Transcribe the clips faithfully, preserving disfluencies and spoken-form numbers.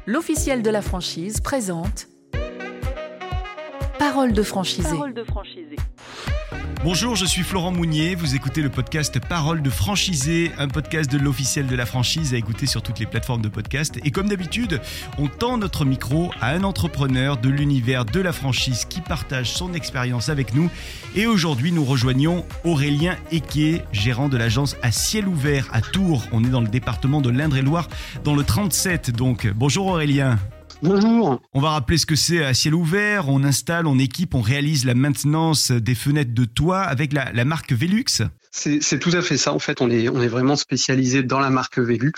L'officiel de la franchise présente Parole de franchisé. Parole de franchisé. Bonjour, je suis Florent Mounier, vous écoutez le podcast Parole de franchisé, un podcast de l'officiel de la franchise à écouter sur toutes les plateformes de podcast. Et comme d'habitude, on tend notre micro à un entrepreneur de l'univers de la franchise qui partage son expérience avec nous. Et aujourd'hui, nous rejoignons Aurélien Equet, gérant de l'agence À Ciel Ouvert à Tours. On est dans le département de l'Indre-et-Loire, dans le trente-sept donc. Bonjour Aurélien. Bonjour. On va rappeler ce que c'est À Ciel Ouvert. On installe, on équipe, on réalise la maintenance des fenêtres de toit avec la, la marque Velux. C'est, c'est tout à fait ça. En fait, on est, on est vraiment spécialisé dans la marque Velux,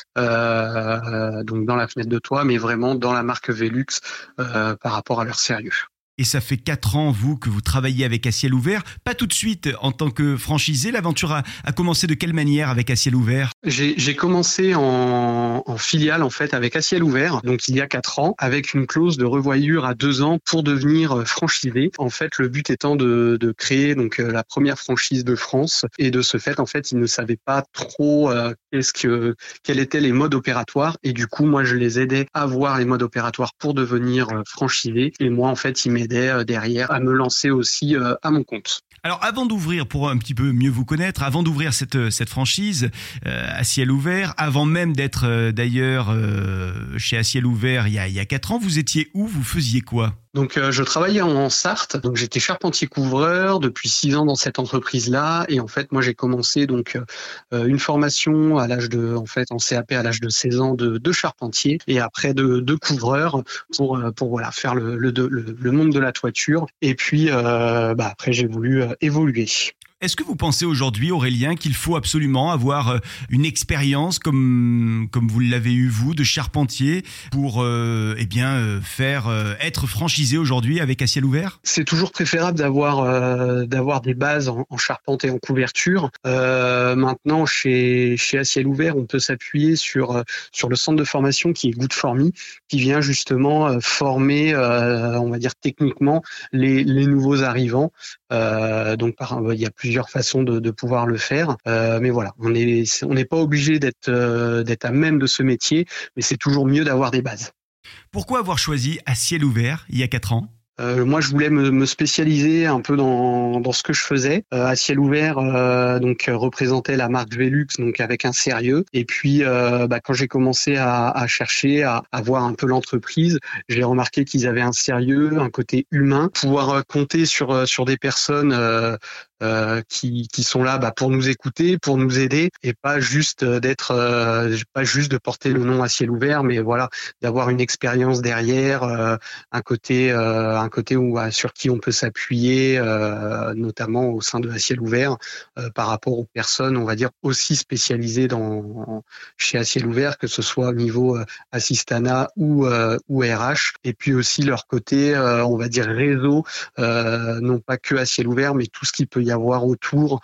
euh, donc dans la fenêtre de toit, mais vraiment dans la marque Velux euh, par rapport à leur sérieux. Et ça fait quatre ans, vous, que vous travaillez avec À Ciel Ouvert. Pas tout de suite en tant que franchisé. L'aventure a, a commencé de quelle manière avec À Ciel Ouvert ? J'ai, j'ai commencé en, en filiale, en fait, avec À Ciel Ouvert, donc il y a quatre ans, avec une clause de revoyure à deux ans pour devenir franchisé. En fait, le but étant de, de créer donc la première franchise de France. Et de ce fait, en fait, ils ne savaient pas trop euh, qu'est-ce que, quels étaient les modes opératoires. Et du coup, moi, je les aidais à voir les modes opératoires pour devenir franchisé. Et moi, en fait, ils m'aidaient derrière à me lancer aussi euh, à mon compte. Alors avant d'ouvrir, pour un petit peu mieux vous connaître, avant d'ouvrir cette cette franchise euh, À Ciel Ouvert, avant même d'être euh, d'ailleurs euh, chez À Ciel Ouvert il y a il y a quatre ans, vous étiez où ? Vous faisiez quoi ? Donc euh, je travaillais en Sarthe, donc j'étais charpentier couvreur depuis six ans dans cette entreprise-là, et en fait moi j'ai commencé donc euh, une formation à l'âge de, en fait en C A P à l'âge de seize ans de, de charpentier, et après de, de couvreur pour pour voilà faire le le, le, le monde de la toiture, et puis euh, bah après j'ai voulu euh, évoluer. Est-ce que vous pensez aujourd'hui, Aurélien, qu'il faut absolument avoir une expérience comme comme vous l'avez eu vous de charpentier pour euh, eh bien faire euh, être franchisé aujourd'hui avec À Ciel Ouvert ? C'est toujours préférable d'avoir euh, d'avoir des bases en, en charpente et en couverture. Euh, maintenant, chez chez À Ciel Ouvert, on peut s'appuyer sur sur le centre de formation qui est Good For Me, qui vient justement former, euh, on va dire techniquement, les les nouveaux arrivants. Euh, donc par, il y a plusieurs façons de, de pouvoir le faire, euh, mais voilà, on est on n'est pas obligé d'être euh, d'être à même de ce métier, mais c'est toujours mieux d'avoir des bases. Pourquoi avoir choisi À Ciel Ouvert il y a quatre ans ? Euh, moi, je voulais me, me spécialiser un peu dans, dans ce que je faisais. Euh, À Ciel Ouvert, euh, donc représentait la marque Velux, donc avec un sérieux. Et puis, euh, bah, quand j'ai commencé à, à chercher, à, à voir un peu l'entreprise, j'ai remarqué qu'ils avaient un sérieux, un côté humain, pouvoir compter sur sur des personnes euh, euh, qui qui sont là bah, pour nous écouter, pour nous aider, et pas juste d'être, euh, pas juste de porter le nom À Ciel Ouvert, mais voilà, d'avoir une expérience derrière, euh, un côté euh, un côté où sur qui on peut s'appuyer, euh, notamment au sein de À Ciel Ouvert, euh, par rapport aux personnes, on va dire, aussi spécialisées dans chez À Ciel Ouvert, que ce soit au niveau euh, assistanat ou euh, ou R H, et puis aussi leur côté, euh, on va dire réseau, euh, non pas que À Ciel Ouvert, mais tout ce qu'il peut y avoir autour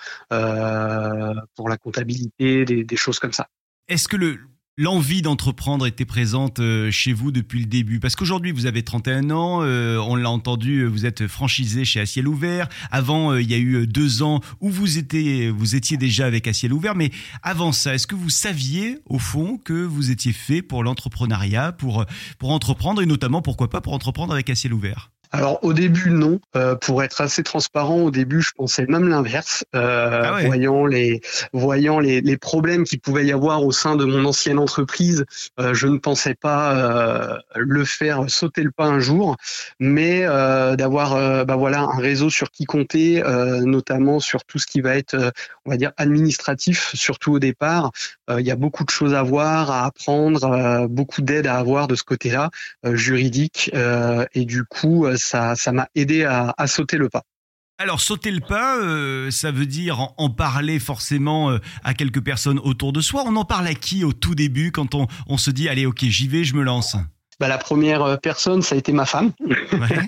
euh, pour la comptabilité, des, des choses comme ça. Est-ce que le L'envie d'entreprendre était présente chez vous depuis le début ? Parce qu'aujourd'hui, vous avez trente et un ans, euh, on l'a entendu, vous êtes franchisé chez À Ciel Ouvert. Avant, euh, il y a eu deux ans où vous étiez, vous étiez déjà avec À Ciel Ouvert. Mais avant ça, est-ce que vous saviez, au fond, que vous étiez fait pour l'entrepreneuriat, pour, pour entreprendre, et notamment, pourquoi pas, pour entreprendre avec À Ciel Ouvert ? Alors au début non, euh, pour être assez transparent, au début je pensais même l'inverse, euh, ah ouais. voyant les voyant les, les problèmes qu'il pouvait y avoir au sein de mon ancienne entreprise, euh, je ne pensais pas euh, le faire sauter le pas un jour, mais euh, d'avoir euh, bah voilà un réseau sur qui compter, euh, notamment sur tout ce qui va être, euh, on va dire administratif, surtout au départ. Euh, il y a beaucoup de choses à voir, à apprendre, euh, beaucoup d'aide à avoir de ce côté-là, euh, juridique, euh, et du coup ça ça m'a aidé à, à sauter le pas. Alors sauter le pas, euh, ça veut dire en, en parler forcément euh, à quelques personnes autour de soi. On en parle à qui au tout début quand on, on se dit allez ok j'y vais, je me lance ? Bah, la première personne ça a été ma femme. Ouais.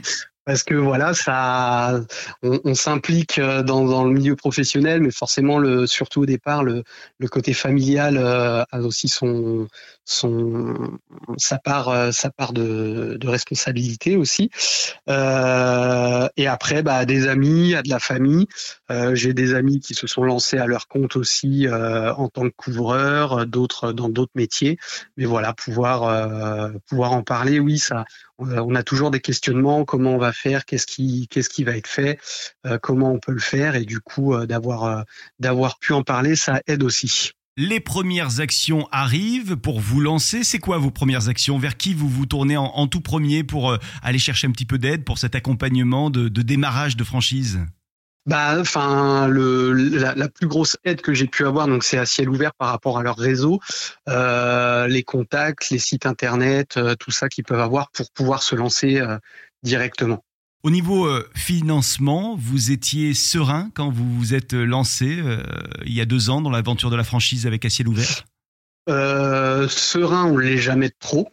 Parce que voilà, ça, on, on s'implique dans, dans le milieu professionnel, mais forcément, le, surtout au départ, le, le côté familial euh, a aussi son, son, sa part, euh, sa part de, de responsabilité aussi. Euh, et après, bah, des amis, à de la famille. Euh, j'ai des amis qui se sont lancés à leur compte aussi euh, en tant que couvreurs, d'autres dans d'autres métiers. Mais voilà, pouvoir, euh, pouvoir en parler, oui, ça. On a toujours des questionnements, comment on va faire, qu'est-ce qui, qu'est-ce qui va être fait, euh, comment on peut le faire, et du coup, euh, d'avoir, euh, d'avoir pu en parler, ça aide aussi. Les premières actions arrivent pour vous lancer. C'est quoi vos premières actions? Vers qui vous vous tournez en, en tout premier pour euh, aller chercher un petit peu d'aide pour cet accompagnement de, de démarrage de franchise? Bah, enfin, le la, la plus grosse aide que j'ai pu avoir, donc c'est à ciel ouvert par rapport à leur réseau, euh, les contacts, les sites internet, euh, tout ça qu'ils peuvent avoir pour pouvoir se lancer euh, directement. Au niveau euh, financement, vous étiez serein quand vous vous êtes lancé euh, il y a deux ans dans l'aventure de la franchise avec À ciel ouvert? Euh, serein, on l'est jamais trop.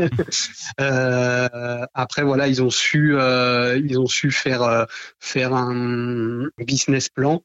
euh, après, voilà, ils ont su, euh, ils ont su faire euh, faire un business plan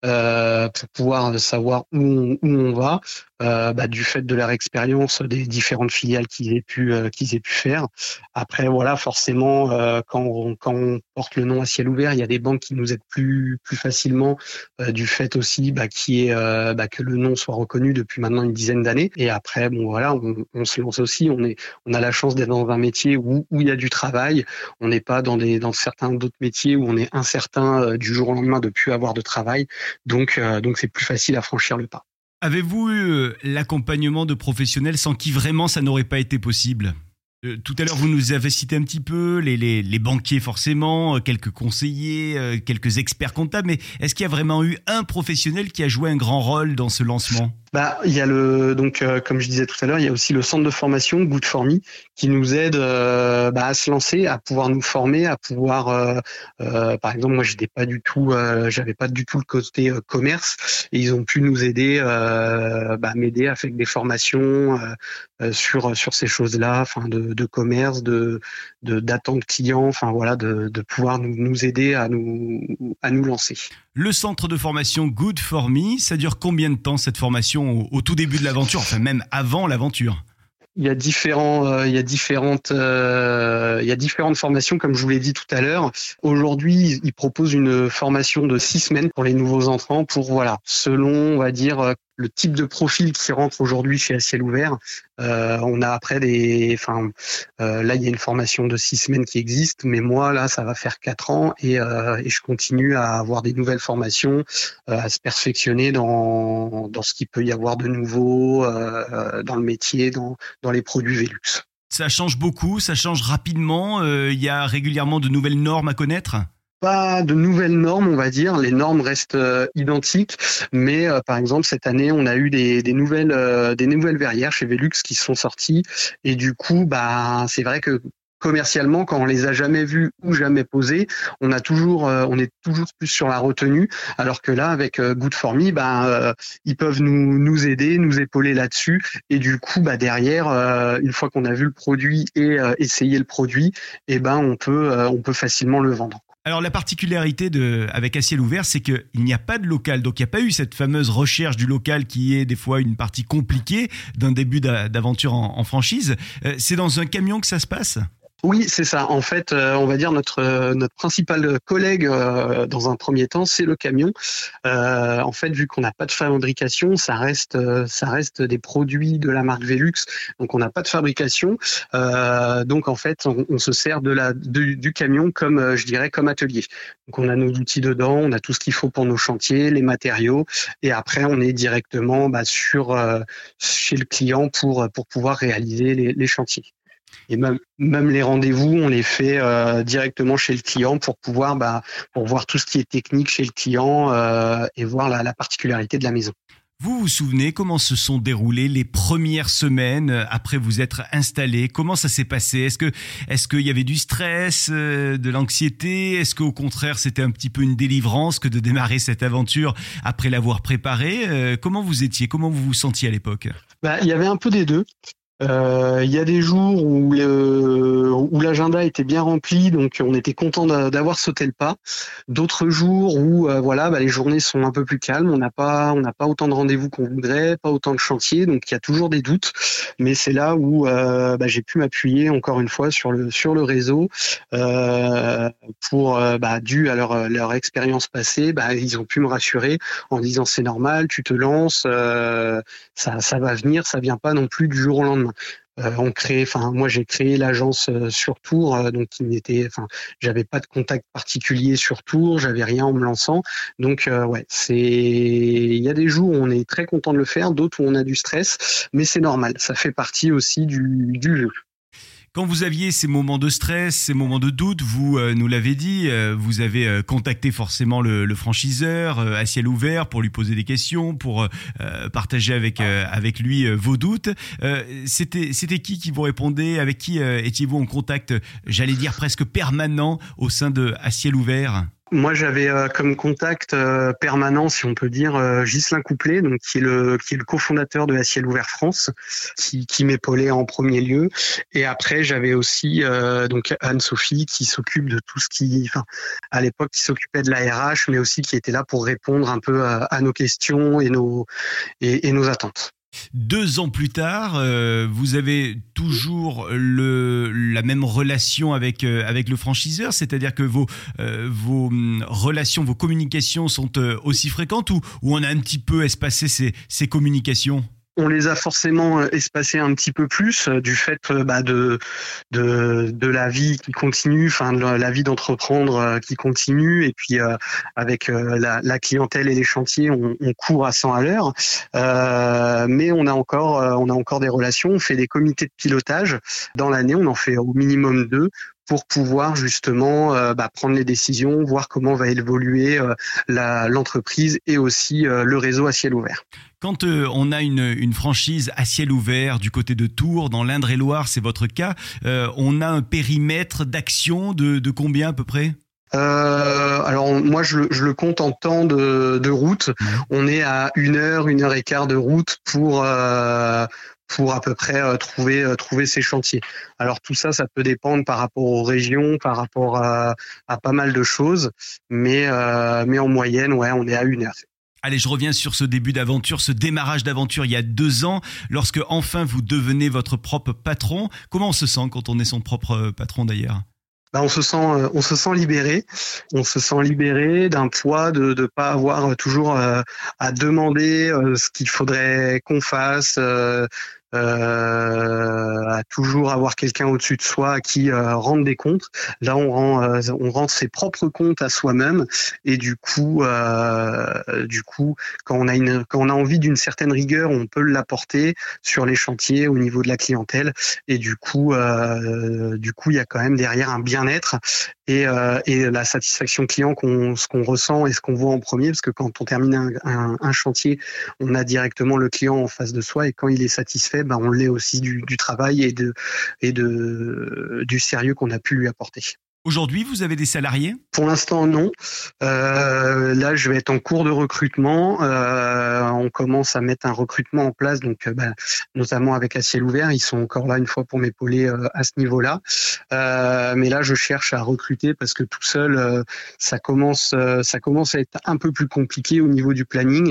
euh, pour pouvoir savoir où on, où on va, euh, bah, du fait de leur expérience des différentes filiales qu'ils aient pu euh, qu'ils aient pu faire. Après, voilà, forcément, euh, quand on, quand on porte le nom À ciel ouvert, il y a des banques qui nous aident plus plus facilement, euh, du fait aussi bah, qui est euh, bah, que le nom soit reconnu depuis maintenant une dizaine d'années. Et après, bon voilà, on, on se lance aussi. On est on a la chance d'être dans un métier où où il y a du travail. On n'est pas dans des dans certains d'autres métiers où on est incertain euh, du jour au lendemain de plus avoir de travail. Donc, euh, donc c'est plus facile à franchir le pas. Avez-vous eu l'accompagnement de professionnels sans qui vraiment ça n'aurait pas été possible? Euh, tout à l'heure, vous nous avez cité un petit peu les, les, les banquiers forcément, quelques conseillers, euh, quelques experts comptables, mais est-ce qu'il y a vraiment eu un professionnel qui a joué un grand rôle dans ce lancement? Bah, il y a le donc euh, comme je disais tout à l'heure, il y a aussi le centre de formation Good for Me qui nous aide euh, bah, à se lancer, à pouvoir nous former, à pouvoir euh, euh, par exemple moi j'étais pas du tout euh, j'avais pas du tout le côté euh, commerce et ils ont pu nous aider euh, bah, m'aider à faire des formations euh, euh, sur sur ces choses-là, enfin de, de commerce, de de d'attente client, enfin voilà de de pouvoir nous, nous aider à nous à nous lancer. Le centre de formation Good for Me, ça dure combien de temps cette formation au, au tout début de l'aventure, enfin même avant l'aventure? Il y a différents, euh, il y a différentes, euh, il y a différentes formations, comme je vous l'ai dit tout à l'heure. Aujourd'hui, ils proposent une formation de six semaines pour les nouveaux entrants, pour voilà, selon, on va dire, le type de profil qui rentre aujourd'hui chez À ciel ouvert. Euh, on a après des, enfin, euh, là il y a une formation de six semaines qui existe, mais moi là ça va faire quatre ans et, euh, et je continue à avoir des nouvelles formations, euh, à se perfectionner dans dans ce qu'il peut y avoir de nouveau euh, dans le métier, dans dans les produits Velux. Ça change beaucoup, ça change rapidement, euh, il y a régulièrement de nouvelles normes à connaître? Pas de nouvelles normes, on va dire. Les normes restent euh, identiques, mais euh, par exemple cette année, on a eu des, des nouvelles, euh, des nouvelles verrières chez Velux qui sont sorties, et du coup, bah, c'est vrai que commercialement, quand on les a jamais vues ou jamais posées, on a toujours, euh, on est toujours plus sur la retenue, alors que là, avec euh, Good for Me, bah, euh, ils peuvent nous nous aider, nous épauler là-dessus, et du coup, bah derrière, euh, une fois qu'on a vu le produit et euh, essayé le produit, et ben on peut, euh, on peut facilement le vendre. Alors la particularité de, avec À ciel ouvert, c'est qu'il n'y a pas de local, donc il n'y a pas eu cette fameuse recherche du local qui est des fois une partie compliquée d'un début d'aventure en, en franchise. Euh, c'est dans un camion que ça se passe ? Oui, c'est ça. En fait, euh, on va dire notre euh, notre principal collègue euh, dans un premier temps, c'est le camion. Euh, en fait, vu qu'on n'a pas de fabrication, ça reste euh, ça reste des produits de la marque Velux, donc on n'a pas de fabrication. Euh, donc en fait, on, on se sert de la du, du camion comme euh, je dirais comme atelier. Donc on a nos outils dedans, on a tout ce qu'il faut pour nos chantiers, les matériaux, et après on est directement bah, sur euh, chez le client pour pour pouvoir réaliser les, les chantiers. Et même, même les rendez-vous, on les fait euh, directement chez le client pour pouvoir, bah, pour voir tout ce qui est technique chez le client euh, et voir la, la particularité de la maison. Vous vous souvenez comment se sont déroulées les premières semaines après vous être installé? Comment ça s'est passé? Est-ce que, est-ce qu'il y avait du stress, euh, de l'anxiété? Est-ce qu'au contraire c'était un petit peu une délivrance que de démarrer cette aventure après l'avoir préparée? euh, Comment vous étiez? Comment vous vous sentiez à l'époque? Bah, il y avait un peu des deux. Euh, Il y a des jours où le, où l'agenda était bien rempli, donc on était content d'a- d'avoir sauté le pas. D'autres jours où euh, voilà, bah, les journées sont un peu plus calmes, on n'a pas on n'a pas autant de rendez-vous qu'on voudrait, pas autant de chantiers, donc il y a toujours des doutes. Mais c'est là où euh, bah, j'ai pu m'appuyer encore une fois sur le sur le réseau euh, pour euh, bah, dû à leur leur expérience passée, bah, ils ont pu me rassurer en disant c'est normal, tu te lances, euh, ça ça va venir, ça vient pas non plus du jour au lendemain. Euh, on crée, enfin moi j'ai créé l'agence euh, sur Tours, euh, donc il n'était, enfin j'avais pas de contact particulier sur Tours, j'avais rien en me lançant, donc euh, ouais c'est, il y a des jours où on est très content de le faire, d'autres où on a du stress, mais c'est normal, ça fait partie aussi du, du jeu. Quand vous aviez ces moments de stress, ces moments de doute, vous euh, nous l'avez dit, euh, vous avez euh, contacté forcément le, le franchiseur euh, à ciel ouvert pour lui poser des questions, pour euh, partager avec euh, avec lui euh, vos doutes. Euh, c'était c'était qui qui vous répondait? Avec qui euh, étiez-vous en contact, j'allais dire presque permanent au sein de à ciel ouvert? Moi, j'avais euh, comme contact euh, permanent, si on peut dire, euh, Ghislain Couplet, donc qui est le qui est le cofondateur de À Ciel Ouvert France, qui qui m'épaulait en premier lieu. Et après, j'avais aussi euh, donc Anne-Sophie qui s'occupe de tout ce qui, enfin, à l'époque, qui s'occupait de la R H, mais aussi qui était là pour répondre un peu à, à nos questions et nos et, et nos attentes. Deux ans plus tard, euh, vous avez toujours le, la même relation avec, euh, avec le franchiseur, c'est-à-dire que vos, euh, vos hum, relations, vos communications sont euh, aussi fréquentes, ou, ou on a un petit peu espacé ces, ces communications? On les a forcément espacés un petit peu plus euh, du fait euh, bah, de, de de la vie qui continue, enfin de la vie d'entreprendre euh, qui continue, et puis euh, avec euh, la, la clientèle et les chantiers, on, on court à cent à l'heure. Euh, mais on a encore euh, on a encore des relations. On fait des comités de pilotage dans l'année. On en fait au minimum deux pour pouvoir justement euh, bah, prendre les décisions, voir comment va évoluer euh, la, l'entreprise et aussi euh, le réseau à ciel ouvert. Quand euh, on a une, une franchise à ciel ouvert du côté de Tours, dans l'Indre-et-Loire, c'est votre cas, euh, on a un périmètre d'action de, de combien à peu près? Euh, alors moi je, je le compte en temps de, de route. Ouais. On est à une heure, une heure et quart de route pour euh, pour à peu près euh, trouver euh, trouver ces chantiers. Alors tout ça, ça peut dépendre par rapport aux régions, par rapport à, à pas mal de choses, mais euh, mais en moyenne, ouais, on est à une heure. Allez, je reviens sur ce début d'aventure, ce démarrage d'aventure il y a deux ans, lorsque enfin vous devenez votre propre patron. Comment on se sent quand on est son propre patron d'ailleurs? Bah, on se sent, on se sent libéré. On se sent libéré d'un poids de ne pas avoir toujours euh, à demander euh, ce qu'il faudrait qu'on fasse, euh, euh, à toujours avoir quelqu'un au-dessus de soi à qui euh, rendre des comptes. Là, on rend, euh, on rend ses propres comptes à soi-même, et du coup, euh, du coup, quand on a une, quand on a envie d'une certaine rigueur, on peut l'apporter sur les chantiers au niveau de la clientèle, et du coup, euh, du coup, il y a quand même derrière un bien-être et, euh, et la satisfaction client qu'on, ce qu'on ressent et ce qu'on voit en premier, parce que quand on termine un, un, un chantier, on a directement le client en face de soi, et quand il est satisfait, ben on l'est aussi du, du travail et de et de du sérieux qu'on a pu lui apporter. Aujourd'hui, vous avez des salariés? Pour l'instant, non. Euh, là, je vais être en cours de recrutement. Euh, on commence à mettre un recrutement en place, donc euh, bah, notamment avec À Ciel Ouvert. Ils sont encore là une fois pour m'épauler euh, à ce niveau-là. Euh, mais là, je cherche à recruter parce que tout seul, euh, ça commence, euh, ça commence à être un peu plus compliqué au niveau du planning.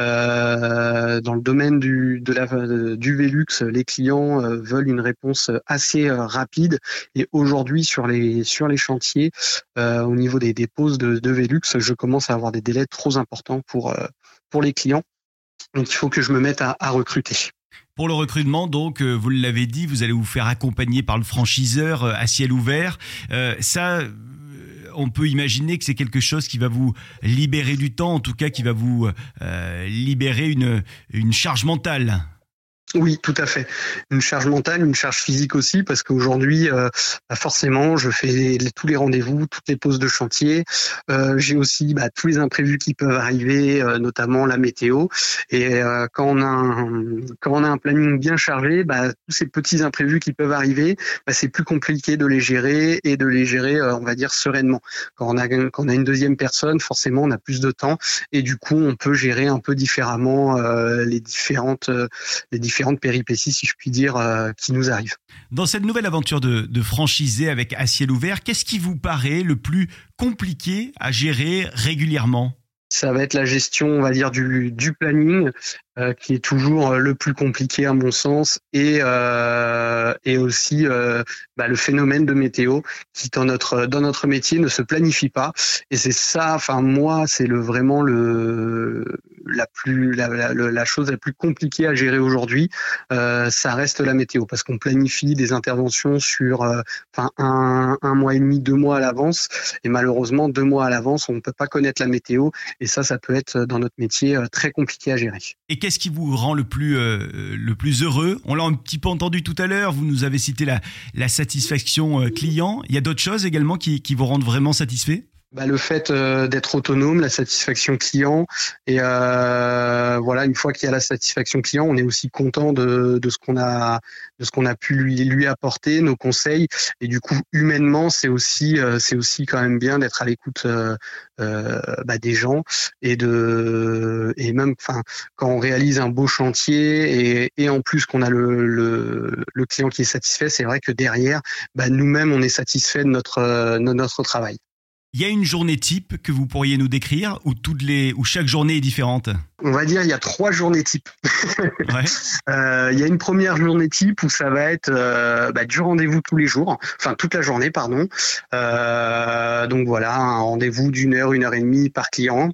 Euh, dans le domaine du de la du Velux, les clients euh, veulent une réponse assez euh, rapide. Et aujourd'hui, sur les sur les chantiers, euh, au niveau des, des pauses de, de Velux, je commence à avoir des délais trop importants pour euh, pour les clients. Donc il faut que je me mette à, à recruter. Pour le recrutement, donc, euh, vous l'avez dit, vous allez vous faire accompagner par le franchiseur euh, à ciel ouvert. Euh, ça, euh, on peut imaginer que c'est quelque chose qui va vous libérer du temps, en tout cas qui va vous euh, libérer une, une charge mentale. Oui, tout à fait. Une charge mentale, une charge physique aussi, parce qu'aujourd'hui, euh, bah forcément, je fais les, tous les rendez-vous, toutes les pauses de chantier. Euh, j'ai aussi bah, tous les imprévus qui peuvent arriver, euh, notamment la météo. Et euh, quand on a un, quand on a un planning bien chargé, bah, tous ces petits imprévus qui peuvent arriver, bah, c'est plus compliqué de les gérer et de les gérer, euh, on va dire, sereinement. Quand on a quand on a une deuxième personne, forcément, on a plus de temps, et du coup, on peut gérer un peu différemment euh, les différentes euh, les différentes différentes péripéties, si je puis dire, euh, qui nous arrivent. Dans cette nouvelle aventure de, de franchisé avec À Ciel Ouvert, qu'est-ce qui vous paraît le plus compliqué à gérer régulièrement ? Ça va être la gestion, on va dire, du, du planning, euh, qui est toujours le plus compliqué à mon sens, et euh, et aussi euh, bah, le phénomène de météo qui dans notre dans notre métier ne se planifie pas. Et c'est ça, enfin moi, c'est le vraiment le la plus la, la, la chose la plus compliquée à gérer aujourd'hui. Euh, ça reste la météo, parce qu'on planifie des interventions sur euh, enfin un un mois et demi, deux mois à l'avance, et malheureusement deux mois à l'avance, on ne peut pas connaître la météo. Et ça, ça peut être dans notre métier très compliqué à gérer. Et qu'est-ce qui vous rend le plus, euh, le plus heureux ? On l'a un petit peu entendu tout à l'heure, vous nous avez cité la, la satisfaction client. Il y a d'autres choses également qui, qui vous rendent vraiment satisfait ? Bah, le fait euh, d'être autonome, la satisfaction client, et euh, voilà, une fois qu'il y a la satisfaction client, on est aussi content de, de ce qu'on a, de ce qu'on a pu lui lui apporter, nos conseils, et du coup humainement, c'est aussi, euh, c'est aussi quand même bien d'être à l'écoute euh, euh, bah, des gens, et de, et même, enfin, quand on réalise un beau chantier, et, et en plus qu'on a le, le le client qui est satisfait, c'est vrai que derrière, bah, nous-mêmes, on est satisfait de notre euh, de notre travail. Il y a une journée type que vous pourriez nous décrire, où toutes les, où chaque journée est différente ? On va dire il y a trois journées types. Ouais. euh, il y a une première journée type où ça va être euh, bah, du rendez-vous tous les jours, enfin toute la journée, pardon. Euh, donc voilà, un rendez-vous d'une heure, une heure et demie par client,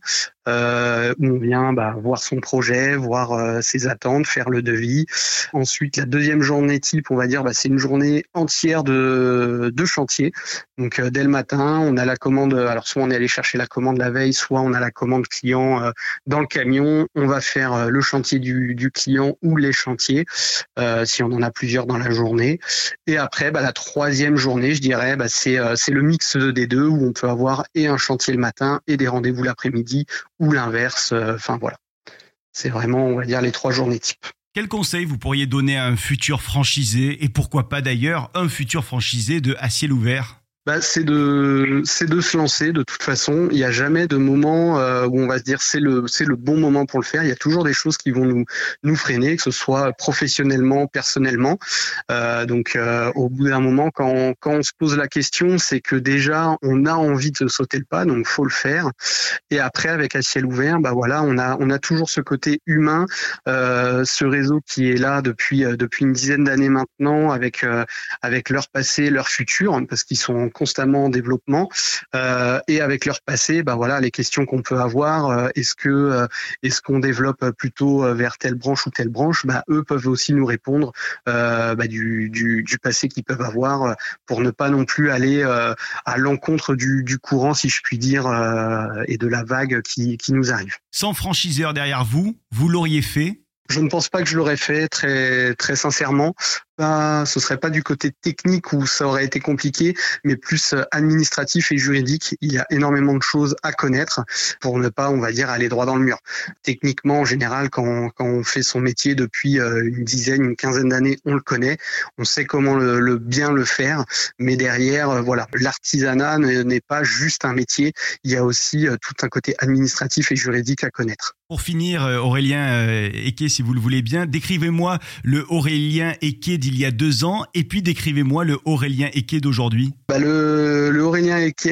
euh, où on vient bah, voir son projet, voir euh, ses attentes, faire le devis. Ensuite, la deuxième journée type, on va dire, bah, c'est une journée entière de, de chantier. Donc euh, dès le matin, on a la commande. Alors soit on est allé chercher la commande la veille, soit on a la commande client euh, dans le camion. On va faire le chantier du, du client ou les chantiers, euh, si on en a plusieurs dans la journée. Et après, bah, la troisième journée, je dirais, bah, c'est, euh, c'est le mix des deux, où on peut avoir et un chantier le matin et des rendez-vous l'après-midi, ou l'inverse. Enfin euh, voilà, c'est vraiment, on va dire, les trois journées types. Quel conseil vous pourriez donner à un futur franchisé, et pourquoi pas d'ailleurs un futur franchisé de À Ciel Ouvert ? Bah, c'est de c'est de se lancer. De toute façon, il n'y a jamais de moment euh, où on va se dire c'est le c'est le bon moment pour le faire. Il y a toujours des choses qui vont nous nous freiner, que ce soit professionnellement, personnellement. Euh, donc euh, au bout d'un moment, quand on, quand on se pose la question, c'est que déjà on a envie de sauter le pas, donc faut le faire. Et après, avec À Ciel Ouvert, bah voilà, on a on a toujours ce côté humain, euh, ce réseau qui est là depuis euh, depuis une dizaine d'années maintenant, avec euh, avec leur passé, leur futur, parce qu'ils sont constamment en développement, euh, et avec leur passé, bah voilà, les questions qu'on peut avoir, euh, est-ce que euh, est-ce qu'on développe plutôt vers telle branche ou telle branche, bah eux peuvent aussi nous répondre euh, bah, du, du du passé qu'ils peuvent avoir, pour ne pas non plus aller euh, à l'encontre du du courant, si je puis dire, euh, et de la vague qui qui nous arrive. Sans franchiseur derrière vous, vous l'auriez fait ? Je ne pense pas que je l'aurais fait, très très sincèrement. Pas, ce serait pas du côté technique où ça aurait été compliqué, mais plus administratif et juridique. Il y a énormément de choses à connaître pour ne pas, on va dire, aller droit dans le mur. Techniquement, en général, quand, quand on fait son métier depuis une dizaine, une quinzaine d'années, on le connaît, on sait comment le, le bien le faire. Mais derrière, voilà, l'artisanat n'est pas juste un métier. Il y a aussi tout un côté administratif et juridique à connaître. Pour finir, Aurélien Eke, si vous le voulez bien, décrivez-moi le Aurélien Eke d'il y a deux ans, et puis décrivez-moi le Aurélien Eke d'aujourd'hui. Bah le, le Aurélien Eke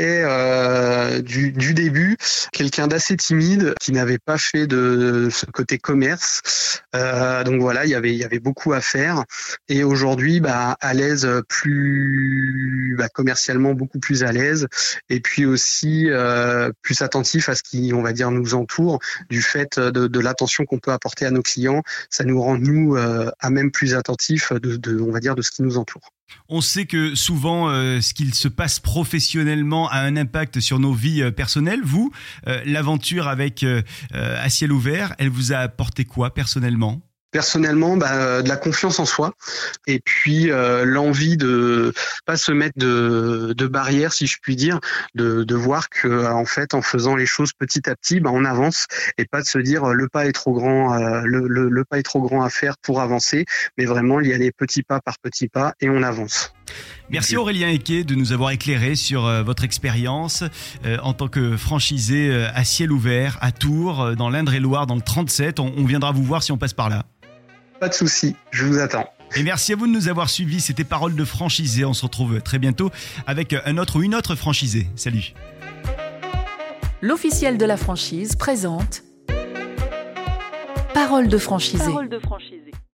euh, du, du début, quelqu'un d'assez timide, qui n'avait pas fait de ce côté commerce. Euh, donc voilà, il y avait il y avait beaucoup à faire. Et aujourd'hui, bah à l'aise, plus bah, commercialement beaucoup plus à l'aise, et puis aussi euh, plus attentif à ce qui, on va dire, nous entoure, du fait de, de l'attention qu'on peut apporter à nos clients. Ça nous rend nous euh, à même plus attentifs de, de, on va dire, de ce qui nous entoure. On sait que souvent, euh, ce qu'il se passe professionnellement a un impact sur nos vies euh, personnelles. Vous, euh, l'aventure avec euh, À Ciel Ouvert, elle vous a apporté quoi personnellement ? Personnellement, bah, de la confiance en soi, et puis euh, l'envie de pas se mettre de, de barrières, si je puis dire, de, de voir que en fait, en faisant les choses petit à petit, bah, on avance, et pas de se dire le pas est trop grand, euh, le, le, le pas est trop grand à faire pour avancer, mais vraiment y aller petit pas par petit pas, et on avance. Merci Aurélien Eke de nous avoir éclairé sur euh, votre expérience euh, en tant que franchisé euh, À Ciel Ouvert à Tours, euh, dans l'Indre-et-Loire, dans le trente-sept. On, on viendra vous voir si on passe par là. Pas de souci, je vous attends. Et merci à vous de nous avoir suivis. C'était Paroles de franchisé. On se retrouve très bientôt avec un autre ou une autre franchisée. Salut. L'officiel de la franchise présente Paroles de franchisé. Paroles de franchisé.